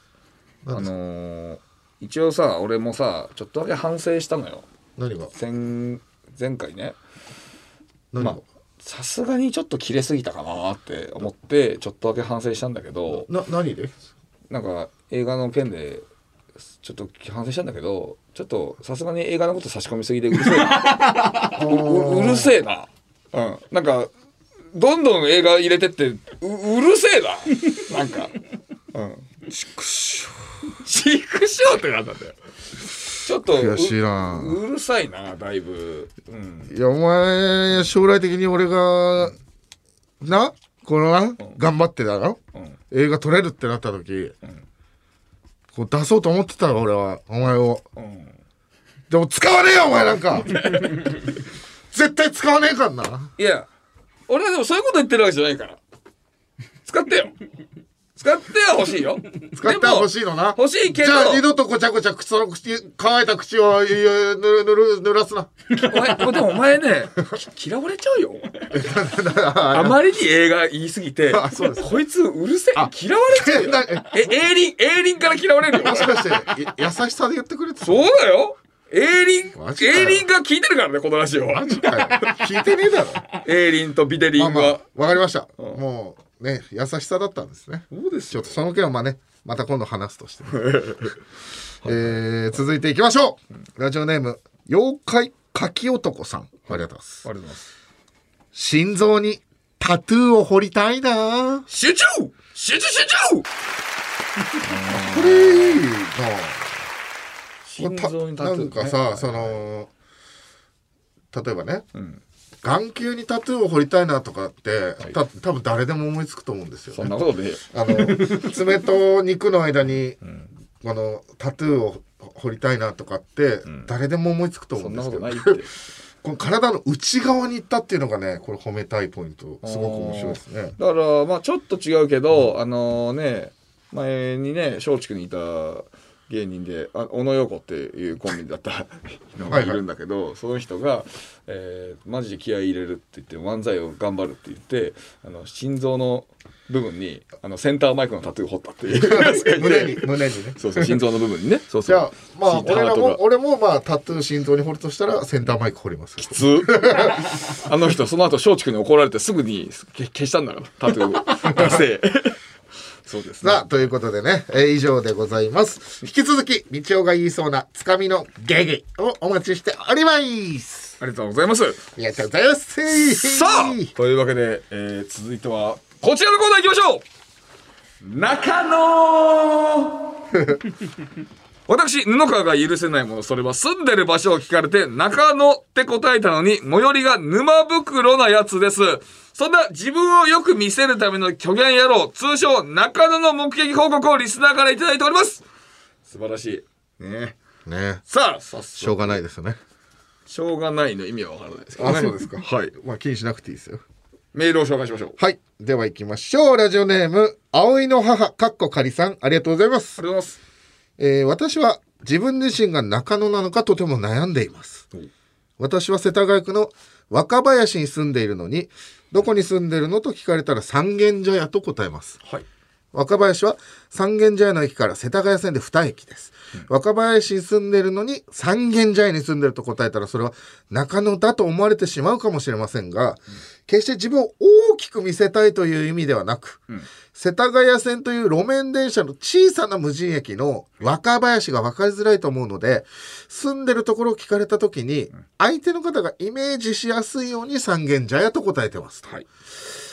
一応さ俺もさちょっとだけ反省したのよ。 何が？ 前回ね。 何が？ さすがにちょっと切れすぎたかなって思ってちょっとだけ反省したんだけど。 何で？ なんか映画の件でちょっと反省したんだけど、ちょっとさすがに映画のこと差し込みすぎてうるせえな。うるせえな。なんかどんどん映画入れてってうるせえな。なんか畜生ってなんだよ。ちょっと悔しいな。 うるさいなだいぶ。 いやお前将来的に俺がこの頑張ってだろ、映画撮れるってなった時、こう出そうと思ってたよ俺はお前を、でも使わねえよお前なんか絶対使わねえかんな。 いや俺はでもそういうこと言ってるわけじゃないから使ってよ。使っては欲しいよ。 使っては欲しいのな。 欲しいけど。 じゃあ二度とごちゃごちゃ乾いた口を濡らすな。 でもお前ね嫌われちゃうよ。あまりに映画言いすぎてこいつうるせえ嫌われちゃうよ。エイリンから嫌われるよ。 もしかして優しさで言ってくれてた？ そうだよ。エイリンが聞いてるからねこのラジオ。 マジかよ。聞いてねえだろ。 エイリンとビデリンはわかりました。もうね優しさだったんですね。 そうですちょっとその件はねまた今度話すとして、続いていきましょう。ラジオネーム妖怪柿男さん、ありがとうございます。 ありがとうございます。 心臓にタトゥーを彫りたいな。 集中これいいな。 心臓にタトゥー、 なんかさその例えばね、眼球にタトゥーを彫りたいなとかって、多分誰でも思いつくと思うんですよね。 そんなことね爪と肉の間に、このタトゥーを彫りたいなとかって、誰でも思いつくと思うんですけど、この体の内側に行ったっていうのがねこれ褒めたいポイント。すごく面白いですね。 だからまあちょっと違うけど、前にね松竹にいた芸人で小野陽子っていうコンビだったのがいるんだけど、その人が、マジで気合い入れるって言って漫才を頑張るって言って心臓の部分にセンターマイクのタトゥーを彫ったっていう胸にね。 そう心臓の部分にね。 じゃあまあ俺もまあタトゥー心臓に彫るとしたらセンターマイク彫ります。 きつあの人その後松竹に怒られてすぐに消したんだからタトゥー出せそうですね。 さあということでね、以上でございます。引き続きみちおが言いそうなつかみのゲゲをお待ちしております。 ありがとうございます。 ありがとうございます。 さあというわけで、続いてはこちらのコーナー行きましょう。中野私布川が許せないもの、それは住んでる場所を聞かれて中野って答えたのに最寄りが沼袋なやつです。そんな自分をよく見せるための虚言野郎、通称中野の目撃報告をリスナーからいただいております。素晴らしいね。さあ早速しょうがないですよね。 しょうがないの意味はわからないですけどね。 そうですか。 はい。 まあ気にしなくていいですよ。 メールを紹介しましょう。 はい。では行きましょう。ラジオネーム葵の母かっこかりさん、ありがとうございます。 ありがとうございます。 私は自分自身が中野なのかとても悩んでいます。私は世田谷区の若林に住んでいるのに、どこに住んでるのと聞かれたら三軒茶屋と答えます。 はい。 若林は三軒茶屋の駅から世田谷線で2駅です。若林に住んでいるのに三軒茶屋に住んでると答えたらそれは中野だと思われてしまうかもしれませんが、決して自分を大きく見せたいという意味ではなく、世田谷線という路面電車の小さな無人駅の若林が分かりづらいと思うので、住んでるところを聞かれた時に相手の方がイメージしやすいように三軒茶屋と答えてます。 はい。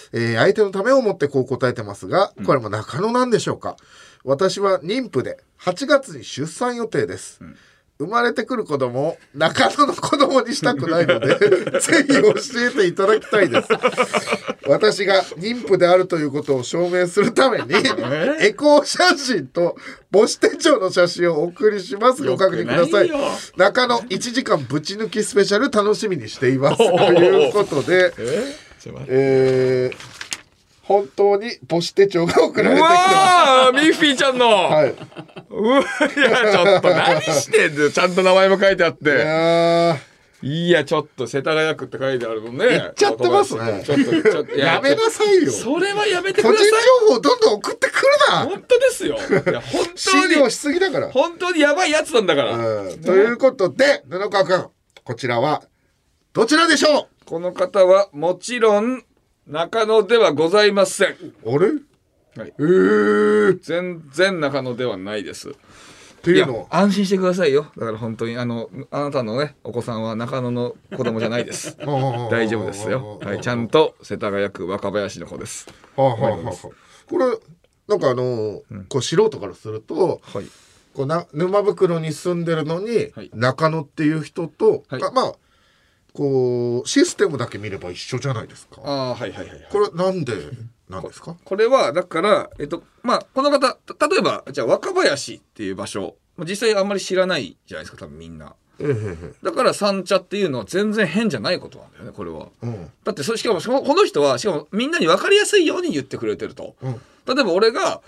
相手のためを思ってこう答えてますが、これも中野なんでしょうか。私は妊婦で8月に出産予定です。生まれてくる子供を中野の子供にしたくないのでぜひ教えていただきたいです。私が妊婦であるということを証明するためにエコー写真と母子手帳の写真をお送りします。ご確認ください。中野1時間ぶち抜きスペシャル楽しみにしていますということで、本当に母子手帳が送られてきてます。 うわー、ミッフィーちゃんの。 はい。 うわ、いや、ちょっと何してんのよ。ちゃんと名前も書いてあって。いや、ちょっと世田谷区って書いてあるもんね。 言っちゃってますね。 ちょっとやめなさいよ。 それはやめてください。 個人情報どんどん送ってくるな。 本当ですよ。いや、本当に。 信用しすぎだから。 本当にやばいやつなんだから。 ということで、布川君、こちらはどちらでしょう。 この方はもちろん中野ではございません。 あれ？ はい。全然中野ではないです。 っていうのは安心してくださいよ。だから本当にあなたのねお子さんは中野の子供じゃないです。大丈夫ですよ。はい、ちゃんと世田谷区若林の子です。 これなんかこう素人からすると、はい、こう沼袋に住んでるのに、はい、中野っていう人と、はい、まあこうシステムだけ見れば一緒じゃないですか。 はい。 これなんでなんですか。 これはだからまあこの方例えばじゃあ若林っていう場所実際あんまり知らないじゃないですか多分みんな。だから三茶っていうのは全然変じゃないことなんだよねこれは。だってしかもこの人はしかもみんなに分かりやすいように言ってくれてると。例えば俺が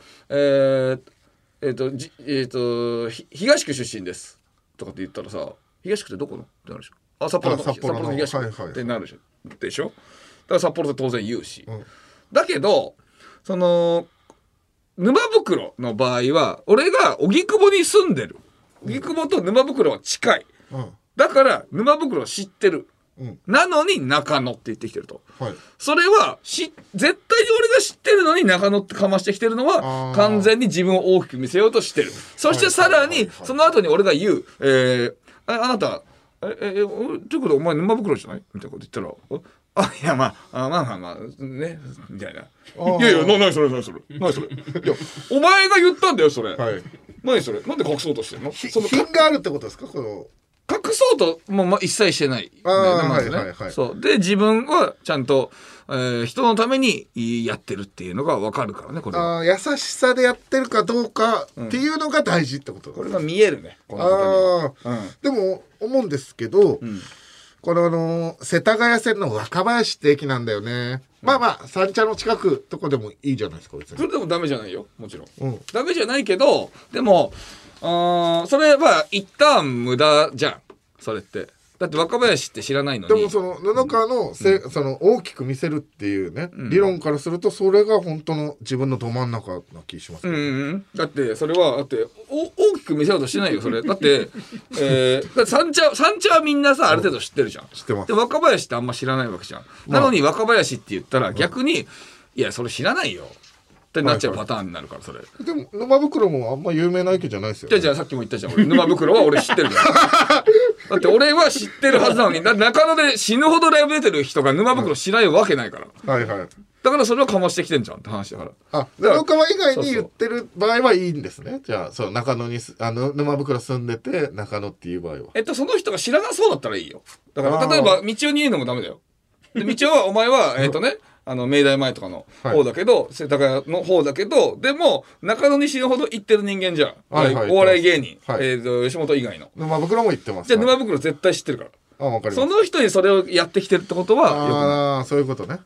東区出身ですとかって言ったらさ東区ってどこのってなるでしょ。札幌の東区ってなるでしょ。だから札幌って当然言うし。だけどその沼袋の場合は俺が荻窪に住んでる荻窪と沼袋は近い、だから沼袋を知ってる、なのに中野って言ってきてると、それは絶対に俺が知ってるのに中野ってかましてきてるのは完全に自分を大きく見せようとしてる。そしてさらにその後に俺が言う、あなたということでお前沼袋じゃないみたいなこと言ったらいやまあねみたいな。いや何それいやお前が言ったんだよそれ。何それなんで隠そうとしてんの。 品があるってことですか。この隠そうとも一切してない。そうで自分はちゃんと、人のためにやってるっていうのが分かるからねこれは。 優しさでやってるかどうかっていうのが大事ってこと、 これが見えるねこの方には。 でも思うんですけど、この世田谷線の若林って駅なんだよね。まあ三茶の近くとこでもいいじゃないですか。別にそれでもダメじゃないよもちろん、ダメじゃないけどでもそれは一旦無駄じゃんそれって。だって若林って知らないのに。 でもその布川のその大きく見せるっていうね、理論からするとそれが本当の自分のど真ん中な気します、 だってそれはだって大きく見せようとしてないよそれ。だって三茶はみんなさある程度知ってるじゃん。 知ってます。 で若林ってあんま知らないわけじゃん。なのに若林って言ったら逆にいやそれ知らないよってなっちゃうパターンになるからそれ。 でも沼袋もあんま有名な駅じゃないですよ、 じゃあさっきも言ったじゃん俺沼袋は俺知ってるじゃんだって俺は知ってるはずなのに中野で死ぬほどライブ出てる人が沼袋知らないわけないから。だからそれをかましてきてんじゃんって話だから。 布川以外に言ってる場合はいいんですね。じゃあそう中野に沼袋住んでて中野っていう場合はその人が知らなそうだったらいいよ。だから例えば道夫に言うのもダメだよ。で道夫はお前は明大前とかの方だけど、世田谷の方だけどでも中野に死ぬほど行ってる人間じゃん、お笑い芸人、吉本以外の。 沼袋も行ってます。 じゃあ沼袋絶対知ってるから。その人にそれをやってきてるってことはそういうことね。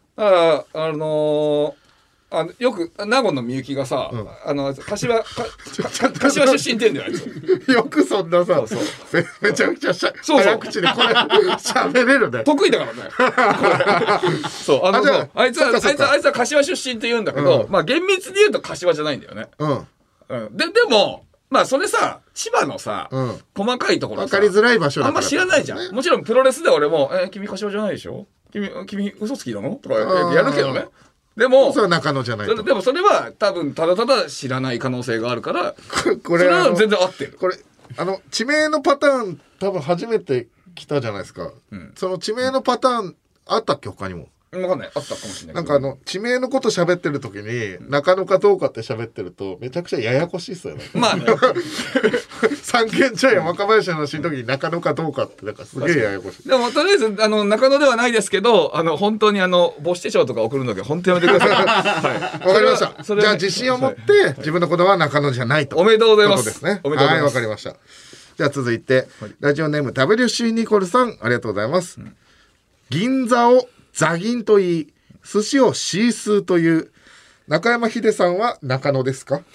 よく名護のみゆきがさ、柏出身って言うんだよあいつ。 よくそんなさめちゃくちゃ早口でこれ喋れるね。 得意だからねそうあいつは柏出身って言うんだけど、まあ厳密に言うと柏じゃないんだよね。でもまあそれさ千葉のさ細かいところ分かりづらい場所だからあんま知らないじゃん。もちろんプロレスで俺も君柏じゃないでしょ君嘘つきなのとかやるけどね。でもそれは中野じゃないと。 でもそれは多分ただただ知らない可能性があるからそれは全然合ってる。 これ地名のパターン多分初めて来たじゃないですか、その地名のパターンあったっけ他にも。 分かんない、あったかもしれない。 なんか地名のこと喋ってる時に中野かどうかって喋ってるとめちゃくちゃややこしいっすよね。 まあね三軒茶屋若林の話の時に中野かどうかってなんかすげえややこしい。 でもとりあえず中野ではないですけど、本当に母子手帳とか送るのだけ本当やめてください。はい、 わかりました。 それはじゃあ自信を持って自分の言葉は中野じゃないと。 おめでとうございます。 ことですね。 おめでとうございます。 はい、わかりました。じゃあ続いて、ラジオネーム WC ニコルさん、ありがとうございます。銀座をザギンと言い、寿司をシースーという中山秀さんは中野ですか？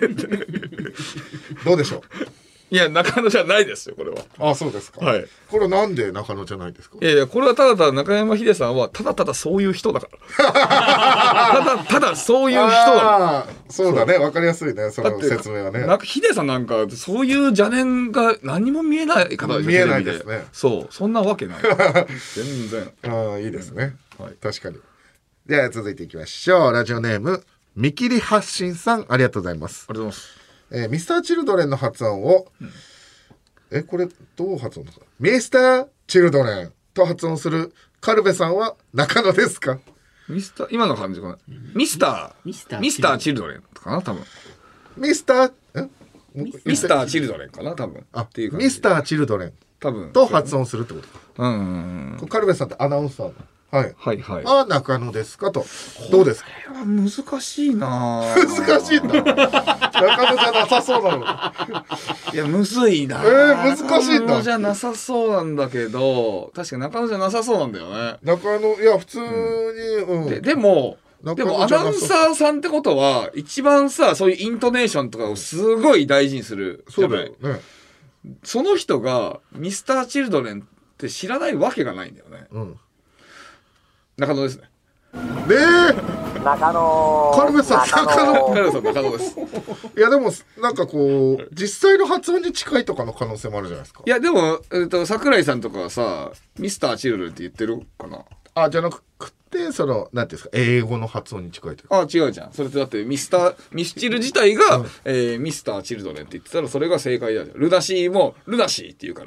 どうでしょう？ いや、中野じゃないですよ、これは。 あ、そうですか。 はい。 これなんで中野じゃないですか？ いやいや、これはただただ中山秀さんはただただそういう人だから。ただそういう人だから。 そうだね、わかりやすいね、その説明はね。 秀さんなんかそういう邪念が何も見えない方ですよ。 見えないですね。 そう、そんなわけない。全然。 ああ、いいですね。 はい、 確かに。では続いていきましょう。ラジオネーム見切り発信さん、ありがとうございます。 ありがとうございます。 ミスターチルドレンの発音を、これどう発音ですか？ミスターチルドレンと発音するカルベさんは中野ですか？ 今の感じかな。ミスターチルドレンかな、多分。 ミスターチルドレンかな、多分。 っていうミスターチルドレン多分と発音するってことか。 カルベさんってアナウンサーの。はいはいはい。 中野ですかと。どうですか？ これは難しいな。 難しいんだ。中野じゃなさそうだろう。 いや、むずいな。 難しいんだ。 中野じゃなさそうなんだけど、確かに中野じゃなさそうなんだよね。 中野、いや、普通に、 でもアナウンサーさんってことは、一番さ、そういうイントネーションとかをすごい大事にする。 そうだよね。 その人が、ミスターチルドレンって知らないわけがないんだよね。中野ですね。 中野。カルベさん、中野です。 いやでもなんかこう実際の発音に近いとかの可能性もあるじゃないですか。 いやでも桜井さんとかはさ、ミスターチルドレンって言ってるかな。 あ、じゃなくてそのなんていうんですか、英語の発音に近いというか。 あ、違うじゃん。それってだってミスチル自体が、ミスターチルドレンって言ってたらそれが正解だじゃん。ルナシーもルナシーって言うから、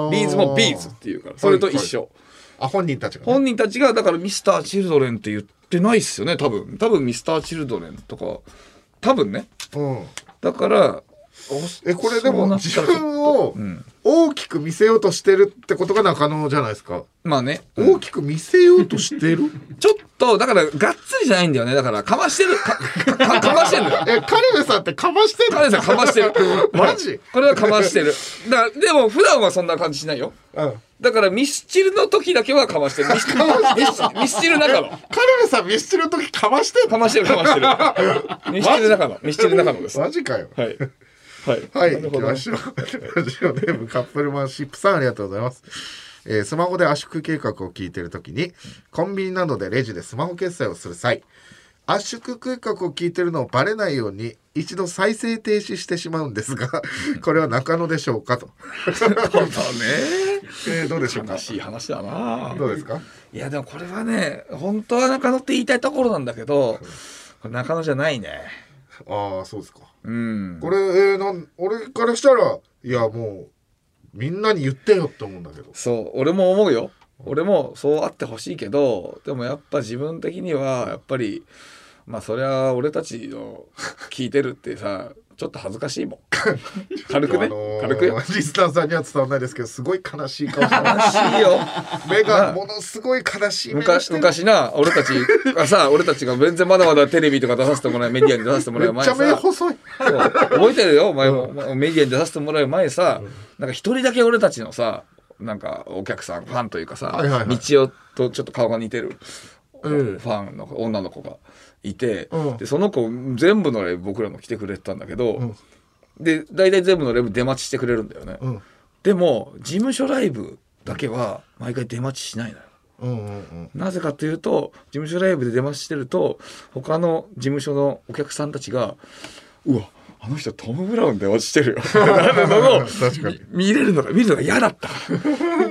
ビーズもビーズって言うから、それと一緒。 あ、本人たちがだからミスターチルドレンって言ってないっすよね、多分ミスターチルドレンとか多分ね。だからこれでも自分を大きく見せようとしてるってことが中野じゃないですか。 まあね、 大きく見せようとしてるちょっとだからがっつりじゃないんだよね。だからかましてるかましてるんだよ。 カルベさんってかましてる。 カルベさんかましてる。 マジ？ これはかましてる。だからでも普段はそんな感じしないよ。だからミスチルの時だけはかましてる。ミスチル中野。カルベさんミスチルの時かましてる。 かましてる。ミスチル中野です。 マジかよ。 はいはい、行きましょう。ラジオネームカップルマンシップさん、ありがとうございます。スマホで圧縮計画を聞いているときにコンビニなどでレジでスマホ決済をする際、圧縮計画を聞いているのをバレないように一度再生停止してしまうんですが、これは中野でしょうかと。 そうだね。 どうでしょうか。 悲しい話だな。 どうですか。 いやでもこれはね、本当は中野って言いたいところなんだけど、中野じゃないね。 ああ、そうですか。これ、俺からしたら、いやもうみんなに言ってよって思うんだけど。 そう、俺も思うよ。俺もそうあってほしいけど、でもやっぱ自分的にはやっぱりまあそりゃ俺たちの聞いてるってさ、ちょっと恥ずかしいもん。軽くね、軽くよ。 リスナーさんには伝わらないですけど、すごい悲しい顔して悲しいよ。 目がものすごい悲しい目してる。 昔な、俺たちが全然まだまだテレビとか出させてもらう、メディアに出させてもらう前さ、 めっちゃ目細い。 覚えてるよ、前も、メディアに出させてもらう前さ、なんか一人だけ俺たちのさ、なんかお客さん、ファンというかさ、道夫とちょっと顔が似てるファンの女の子がいて、でその子全部のライブ僕らも来てくれてたんだけど、で大体全部のライブ出待ちしてくれるんだよね。でも事務所ライブだけは毎回出待ちしないのよ。なぜかというと、事務所ライブで出待ちしてると他の事務所のお客さんたちが、うわあの人トム・ブラウン出待ちしてるよ見るのが嫌だった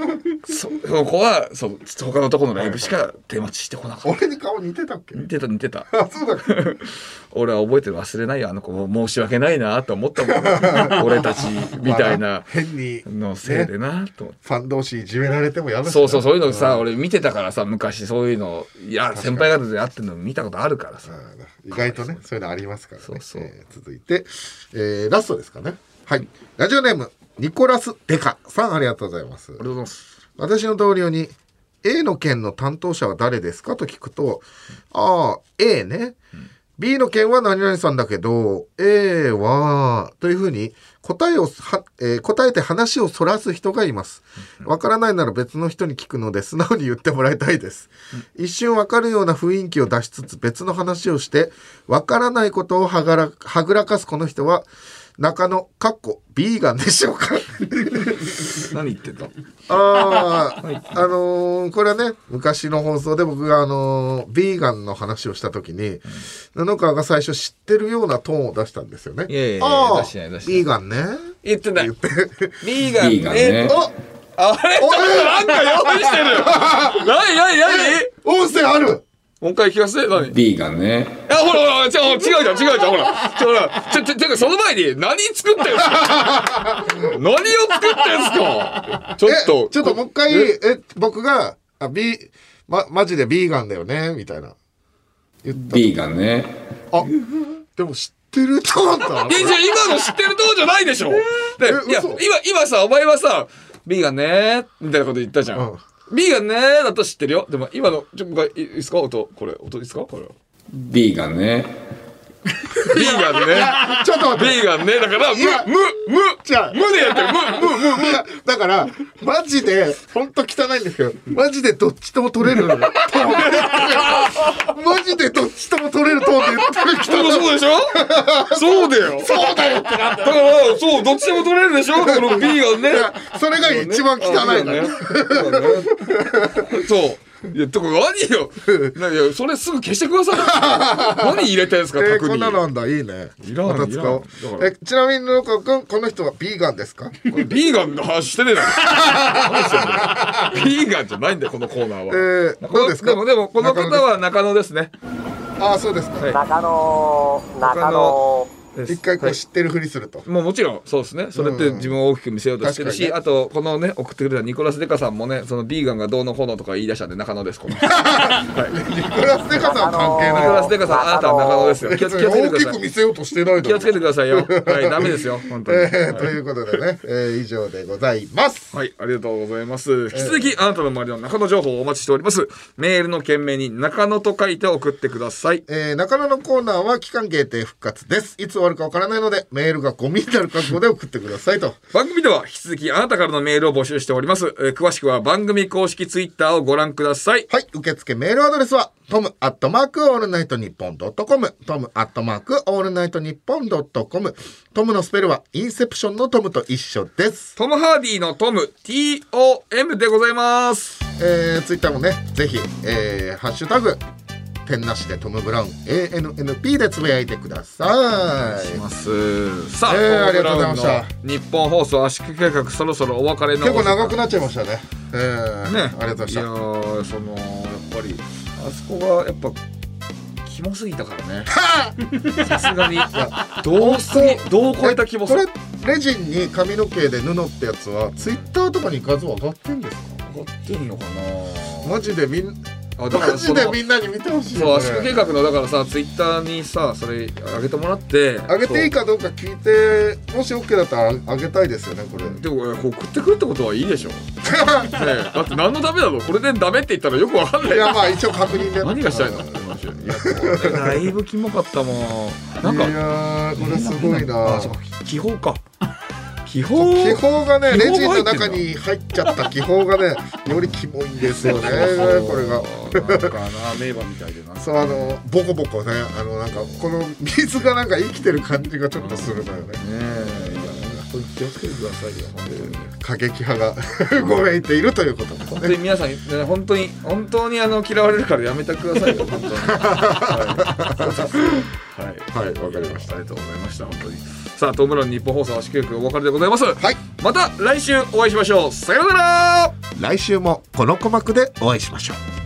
その子は他のところのライブしか手待ちしてこなかった。 俺に顔似てたっけ？ 似てたあ、そうだっけ？ 俺は覚えてる、忘れないよ、あの子申し訳ないなと思ったもん俺たちみたいな変にのせいでなと思って、 ファン同士いじめられてもやだし、 そういうのさ、俺見てたからさ、昔そういうの、いや先輩方で会ってるの見たことあるからさ、 意外とねそういうのありますからね。 そう続いて、ラストですかね。はい、ラジオネームニコラスデカさん、ありがとうございます。 ありがとうございます。 私の同僚に A の件の担当者は誰ですかと聞くと、ああ A ね、B の件は何々さんだけど A はというふうに答えて話をそらす人がいます。わからないなら別の人に聞くので素直に言ってもらいたいです。一瞬わかるような雰囲気を出しつつ別の話をしてわからないことをはぐらかすこの人は中野ビーガンでしょうか？ 何言ってた？ これはね、昔の放送で僕がビーガンの話をした時に、布川が最初知ってるようなトーンを出したんですよね。 いや出してないビーガンね。 言ってない。ビーガンね。あれちょっとなんか用意してる。何？ 音声ある。 もう一回聞かせて。何？ ビーガンね。 ほら違うじゃんほら。てかその前に何作ってんすか？何を作ってんすか？ちょっともう一回僕がマジでビーガンだよねみたいな言った。ビーガンね。 あ、でも知ってるトーンだ。 今の知ってるトーンじゃないでしょ。いや今さ、お前はさビーガンねみたいなこと言ったじゃん。ビーガンねだと知ってるよ。でも今のいいですか？音いいですか？これビーガンね。 ビーガンね。 ちょっと待って。 ビーガンねだから無でやってる。無だからマジで本当汚いんですけど、マジでどっちとも取れるトーン。マジでどっちとも取れるトーンで言ってる人。 そうでしょ？そうだよ。 そうだよってなんだよ。 だからそうどっちでも取れるでしょ？このビーガンね。 それが一番汚いんだよ。 そう。いや、とか何よ。いや、それすぐ消してください。何入れてんすか、特に。 こんなのなんだ、いいね。また使おう。ちなみに、布川君、この人はビーガンですか？ ビーガンの話してねえだろ。ビーガンじゃないんだよ、このコーナーは。 どうですか？ でも、この方は中野ですね。 ああ、そうですか。 中野。 一回こう知ってるふりすると。 もちろんそうですね。それって自分を大きく見せようとしてるし、あとこのね送ってくれたニコラスデカさんもね、そのビーガンがどうのこうのとか言い出したんで中野です。このニコラスデカさん関係ない。 ニコラスデカさん、あなたは中野ですよ。気をつけてください。 大きく見せようとしてない。 気をつけてくださいよ。はい、ダメですよ本当に。 ということでね、以上でございます。 はい、ありがとうございます。引き続きあなたの周りの中野情報をお待ちしております。メールの件名に中野と書いて送ってください。 中野のコーナーは期間限定復活です。いつ終わるかわからないのでメールがゴミになる覚悟で送ってくださいと。 番組では引き続きあなたからのメールを募集しております。詳しくは番組公式ツイッターをご覧ください。 はい、受付メールアドレスはtom@allnightnippon.com tom@allnightnippon.com。 トムのスペルはインセプションのトムと一緒です。 トムハーディのトム TOM でございます。 ツイッターもねぜひ、ハッシュタグ点なしでトム・ブラウン ANNP でつぶやいてください。お願いします。さあ、 ありがとうございました。 日本放送圧縮計画そろそろお別れの結構長くなっちゃいましたね。 ね、 ありがとうございました。 いややっぱりあそこがやっぱキモすぎたからね。さすがにどう超えたキモさ。 これレジンに髪の毛で布ってやつはツイッターとかに画像上がってんですか？ 上がってんのかな。 マジでみんなに見てほしい、ね。 そう圧縮計画のだからさツイッターにさそれ上げてもらって上げていいかどうか聞いてもし OK だったら上げたいですよねこれ。 でも送ってくるってことはいいでしょ。ねだって何のためなのこれでダメって言ったらよくわかんない。 いやまあ一応確認で。 何がしたいの？いやこれだいぶキモかったもん。なんかいやこれすごいな。 気泡か。気泡がねレジンの中に入っちゃった気泡がねよりキモいんですよねこれが。 なんかな名馬みたいでな。 そうボコボコねなんかこの水がなんか生きてる感じがちょっとするのよね。 気をつけてくださいよ本当に。 過激派がごめいているということですね。 本当に皆さん本当に嫌われるからやめてくださいよ本当に。はいわかりました。ありがとうございました本当に。さあトム・ブラウン日本放送圧縮計画お別れでございます。はい。また来週お会いしましょう。さようなら。 来週もこの鼓膜でお会いしましょう。